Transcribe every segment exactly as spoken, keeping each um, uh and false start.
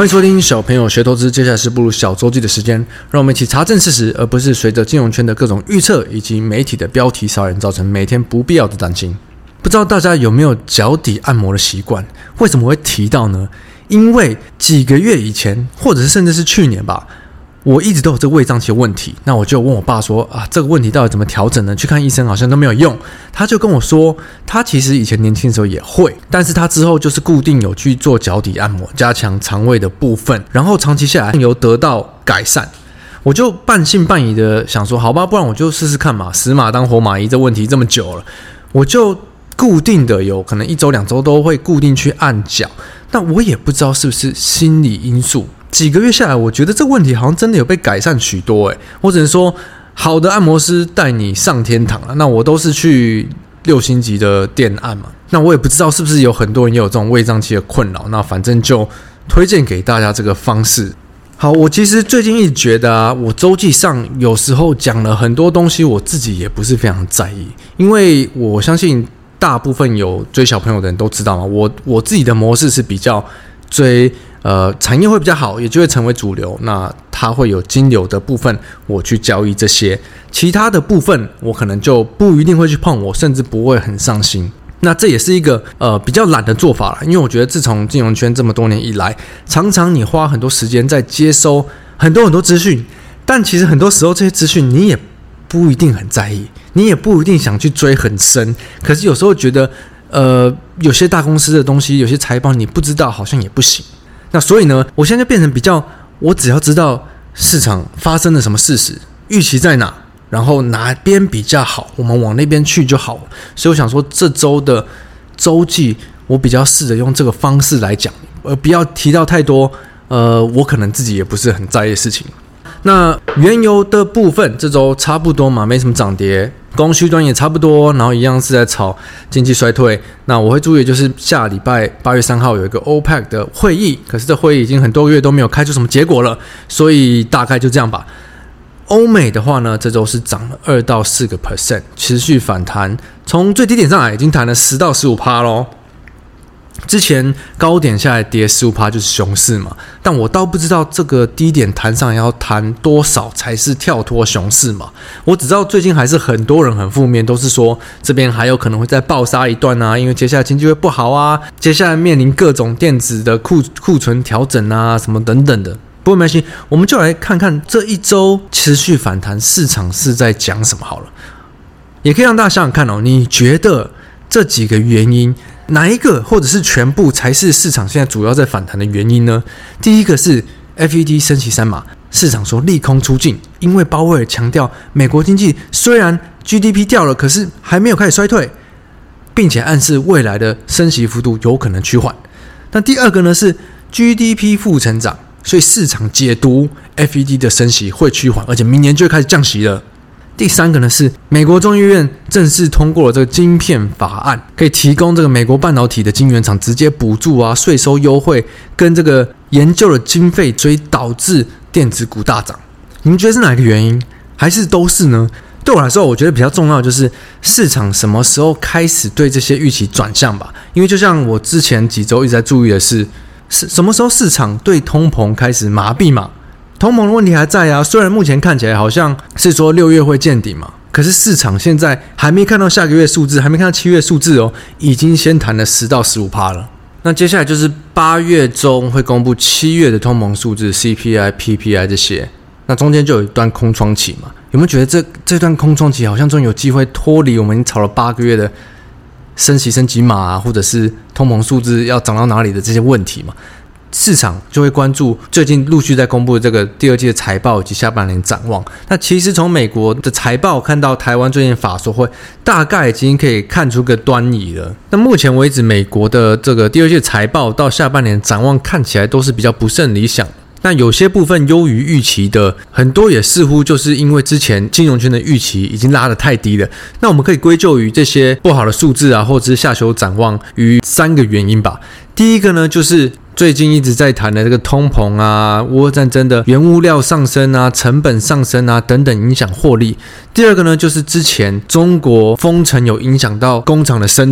欢迎收听小朋友学投资，接下来是步入小周记的时间，让我们一起查证事实，而不是随着金融圈的各种预测以及媒体的标题骚扰，造成每天不必要的担心。不知道大家有没有脚底按摩的习惯？为什么会提到呢？因为几个月以前，或者是甚至是去年吧，我一直都有这个胃胀气的问题。那我就问我爸说啊，这个问题到底怎么调整呢？去看医生好像都没有用。他就跟我说，他其实以前年轻的时候也会，但是他之后就是固定有去做脚底按摩，加强肠胃的部分，然后长期下来有得到改善。我就半信半疑的想说，好吧，不然我就试试看嘛，死马当活马医，这问题这么久了，我就固定的有可能一周两周都会固定去按脚。但我也不知道是不是心理因素，几个月下来，我觉得这个问题好像真的有被改善许多诶。我只能说，好的按摩师带你上天堂了。那我都是去六星级的店按嘛，那我也不知道是不是有很多人也有这种胃胀气的困扰。那反正就推荐给大家这个方式。好，我其实最近一直觉得啊，我周记上有时候讲了很多东西，我自己也不是非常在意，因为我相信大部分有追小朋友的人都知道嘛，我我自己的模式是比较追呃产业会比较好，也就会成为主流。那它会有金流的部分，我去交易这些，其他的部分我可能就不一定会去碰，我甚至不会很上心。那这也是一个呃比较懒的做法啦，因为我觉得自从金融圈这么多年以来，常常你花很多时间在接收很多很多资讯，但其实很多时候这些资讯你也不一定很在意，你也不一定想去追很深。可是有时候觉得，呃，有些大公司的东西，有些财报你不知道，好像也不行。那所以呢，我现在就变成比较，我只要知道市场发生了什么事实，预期在哪，然后哪边比较好，我们往那边去就好了。所以我想说，这周的周记，我比较试着用这个方式来讲，而不要提到太多，呃，我可能自己也不是很在意的事情。那原油的部分这周差不多嘛，没什么涨跌，供需端也差不多，然后一样是在炒经济衰退。那我会注意就是下礼拜八月三号有一个 OPEC 的会议，可是这会议已经很多个月都没有开出什么结果了，所以大概就这样吧。欧美的话呢，这周是涨了二到四个 percent， 持续反弹，从最低点上来已经弹了十到十五趴咯。之前高点下来跌 百分之十五 就是熊市嘛，但我倒不知道这个低点弹上要弹多少才是跳脱熊市嘛。我只知道最近还是很多人很负面，都是说这边还有可能会再暴杀一段啊，因为接下来经济会不好啊，接下来面临各种电子的 库, 库存调整啊什么等等的。不过没关系，我们就来看看这一周持续反弹市场是在讲什么好了。也可以让大家想想看哦，你觉得这几个原因哪一个或者是全部才是市场现在主要在反弹的原因呢？第一个是 F E D 升息三码，市场说利空出尽，因为鲍威尔强调美国经济虽然 G D P 掉了，可是还没有开始衰退，并且暗示未来的升息幅度有可能趋缓。那第二个呢是 G D P 负成长，所以市场解读 F E D 的升息会趋缓，而且明年就会开始降息了。第三个呢是美国众议院正式通过了这个晶片法案，可以提供这个美国半导体的晶圆厂直接补助啊、税收优惠跟这个研究的经费，所以导致电子股大涨。你们觉得是哪一个原因？还是都是呢？对我来说，我觉得比较重要的就是市场什么时候开始对这些预期转向吧。因为就像我之前几周一直在注意的是，是什么时候市场对通膨开始麻痹嘛？通膨的问题还在啊，虽然目前看起来好像是说六月会见顶嘛，可是市场现在还没看到下个月数字，还没看到七月数字哦，已经先谈了十到十五趴了。那接下来就是八月中会公布七月的通膨数字 C P I、P P I 这些，那中间就有一段空窗期嘛。有没有觉得这这段空窗期好像终于有机会脱离我们已经炒了八个月的升息升级码啊，或者是通膨数字要涨到哪里的这些问题嘛？市场就会关注最近陆续在公布的这个第二季的财报以及下半年展望。那其实从美国的财报看到台湾最近法说会，大概已经可以看出个端倪了。那目前为止，美国的这个第二季的财报到下半年展望看起来都是比较不是很理想。那有些部分优于预期的，很多也似乎就是因为之前金融圈的预期已经拉得太低了。那我们可以归咎于这些不好的数字啊，或者是下修展望于三个原因吧。第一个呢，就是最近一直在谈的这个通膨啊、乌俄战争的原物料上升啊、成本上升啊等等影响获利。第二个呢，就是之前中国封城有影响到工厂的生产，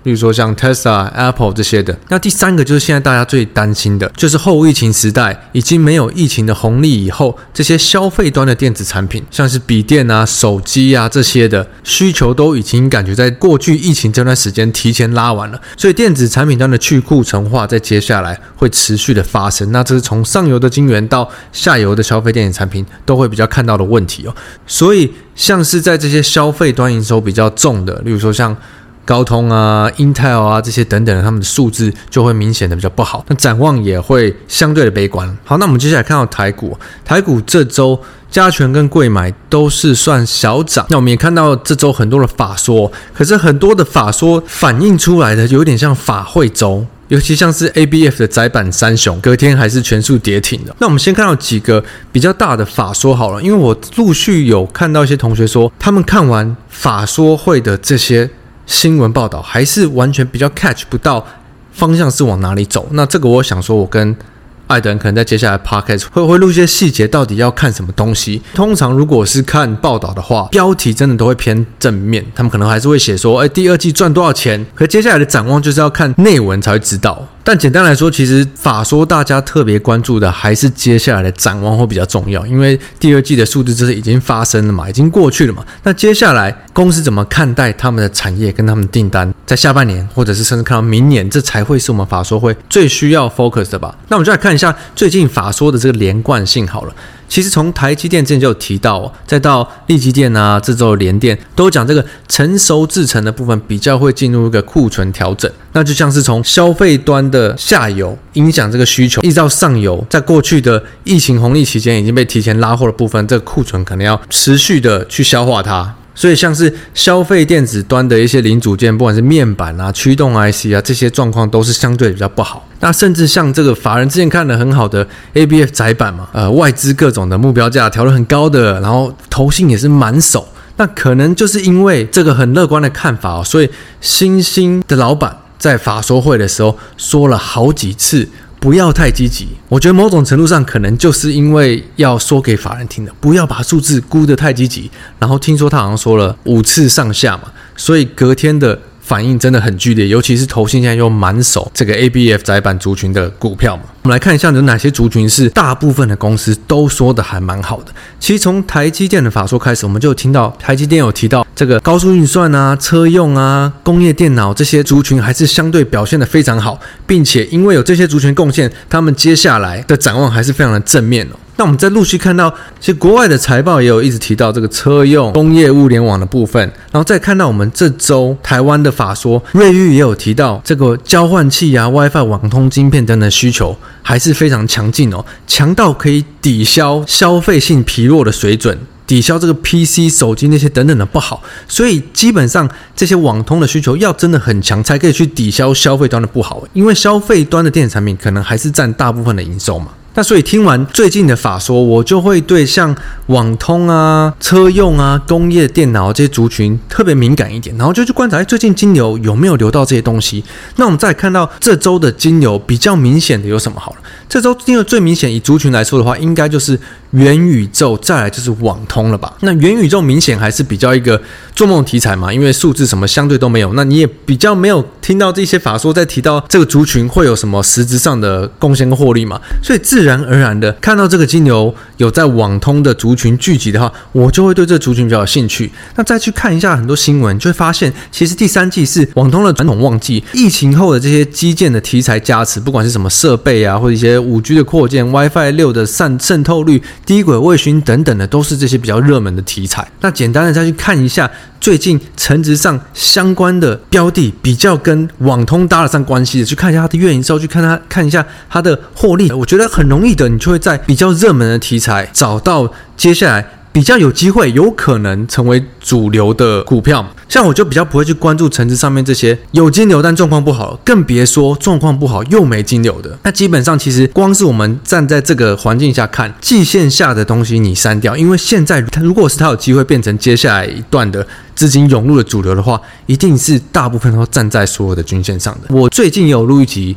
例如说像 Tesla、Apple 这些的。那第三个就是现在大家最担心的，就是后疫情时代已经没有疫情的红利以后，这些消费端的电子产品，像是笔电啊、手机啊这些的需求都已经感觉在过去疫情这段时间提前拉完了，所以电子产品端的去库存化在接下来会持续的发生。那这是从上游的晶圆到下游的消费电子产品都会比较看到的问题哦。所以像是在这些消费端营收比较重的，例如说像高通啊、Intel 啊这些等等的，他们的数字就会明显的比较不好，那展望也会相对的悲观。好，那我们接下来看到台股，台股这周加权跟柜买都是算小涨，那我们也看到这周很多的法说，可是很多的法说反映出来的有点像法会周，尤其像是 A B F 的载板三雄，隔天还是全数跌停的。那我们先看到几个比较大的法说好了，因为我陆续有看到一些同学说，他们看完法说会的这些新闻报道，还是完全比较 catch 不到方向是往哪里走。那这个我想说，我跟艾德恩可能在接下来 podcast 会会录一些细节，到底要看什么东西。通常如果是看报道的话，标题真的都会偏正面，他们可能还是会写说，哎，第二季赚多少钱？可接下来的展望就是要看内文才会知道。但简单来说，其实法说大家特别关注的还是接下来的展望会比较重要，因为第二季的数字就是已经发生了嘛，已经过去了嘛。那接下来公司怎么看待他们的产业跟他们的订单，在下半年或者是甚至看到明年，这才会是我们法说会最需要 focus 的吧。那我们就来看一下最近法说的这个连贯性好了。其实从台积电之前就有提到哦，再到力积电啊，这周联电都讲这个成熟制程的部分比较会进入一个库存调整，那就像是从消费端的下游影响这个需求，一直到上游，在过去的疫情红利期间已经被提前拉货的部分，这个库存可能要持续的去消化它。所以像是消费电子端的一些零组件，不管是面板啊、驱动 I C 啊，这些状况都是相对比较不好。那甚至像这个法人之前看得很好的 A B F 载板嘛，呃，外资各种的目标价调得很高的，然后投信也是满手。那可能就是因为这个很乐观的看法哦，所以新兴的老板在法说会的时候说了好几次，不要太积极。我觉得某种程度上可能就是因为要说给法人听的，不要把数字估得太积极。然后听说他好像说了五次上下嘛，所以隔天的反应真的很剧烈，尤其是投信现在又满手这个 A B F 载板族群的股票嘛。我们来看一下有哪些族群是大部分的公司都说的还蛮好的。其实从台积电的法说开始，我们就有听到台积电有提到这个高速运算啊、车用啊、工业电脑这些族群还是相对表现的非常好，并且因为有这些族群贡献，他们接下来的展望还是非常的正面哦。那我们在陆续看到，其实国外的财报也有一直提到这个车用、工业物联网的部分，然后再看到我们这周台湾的法说，瑞昱也有提到这个交换器啊、WiFi 网通晶片等等的需求还是非常强劲哦，强到可以抵消消费性疲弱的水准，抵消这个 P C 手机那些等等的不好，所以基本上这些网通的需求要真的很强，才可以去抵消消费端的不好，因为消费端的电子产品可能还是占大部分的营收嘛。那所以听完最近的法说，我就会对像网通啊、车用啊、工业电脑这些族群特别敏感一点，然后就去观察最近金流有没有流到这些东西。那我们再看到这周的金流比较明显的有什么好了？这周金流最明显以族群来说的话，应该就是元宇宙，再来就是网通了吧？那元宇宙明显还是比较一个做梦题材嘛，因为数字什么相对都没有，那你也比较没有听到这些法说在提到这个族群会有什么实质上的贡献跟获利嘛，所以自然而然的看到这个金流有在网通的族群聚集的话，我就会对这个族群比较有兴趣。那再去看一下很多新闻，就会发现其实第三季是网通的传统旺季，疫情后的这些基建的题材加持，不管是什么设备啊，或者一些 五 G 的扩建、WiFi 六的渗渗透率、低轨卫星等等的，都是这些比较热门的题材。那简单的再去看一下最近成值上相关的标的，比较跟网通搭得上关系的，去看一下它的月营收，去看它看一下它的获利，我觉得很容易的，你就会在比较热门的题材找到接下来比较有机会有可能成为主流的股票。像我就比较不会去关注成值上面这些有金流但状况不好，更别说状况不好又没金流的。那基本上其实光是我们站在这个环境下看，季线下的东西你删掉，因为现在如果是它有机会变成接下来一段的资金涌入的主流的话，一定是大部分都站在所有的均线上的。我最近有录一集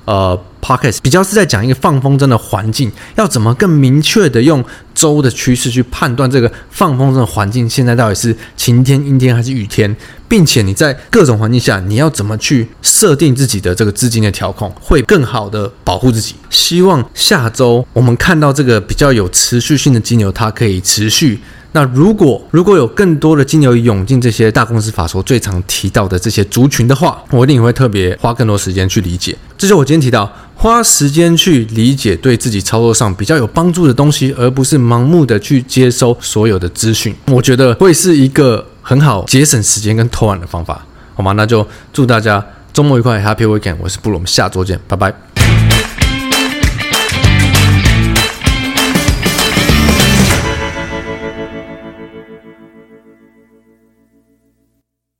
呃 podcast 比较是在讲一个放风筝的环境，要怎么更明确的用周的趋势去判断这个放风筝的环境现在到底是晴天、阴天还是雨天，并且你在各种环境下你要怎么去设定自己的这个资金的调控，会更好的保护自己。希望下周我们看到这个比较有持续性的金牛，它可以持续。那如果如果有更多的金牛涌进这些大公司法说最常提到的这些族群的话，我一定会特别花更多时间去理解。这就是我今天提到花时间去理解对自己操作上比较有帮助的东西，而不是盲目的去接收所有的资讯。我觉得会是一个很好节省时间跟偷懒的方法，好吗？那就祝大家周末愉快 ，Happy Weekend！ 我是布鲁，我们下周见，拜拜。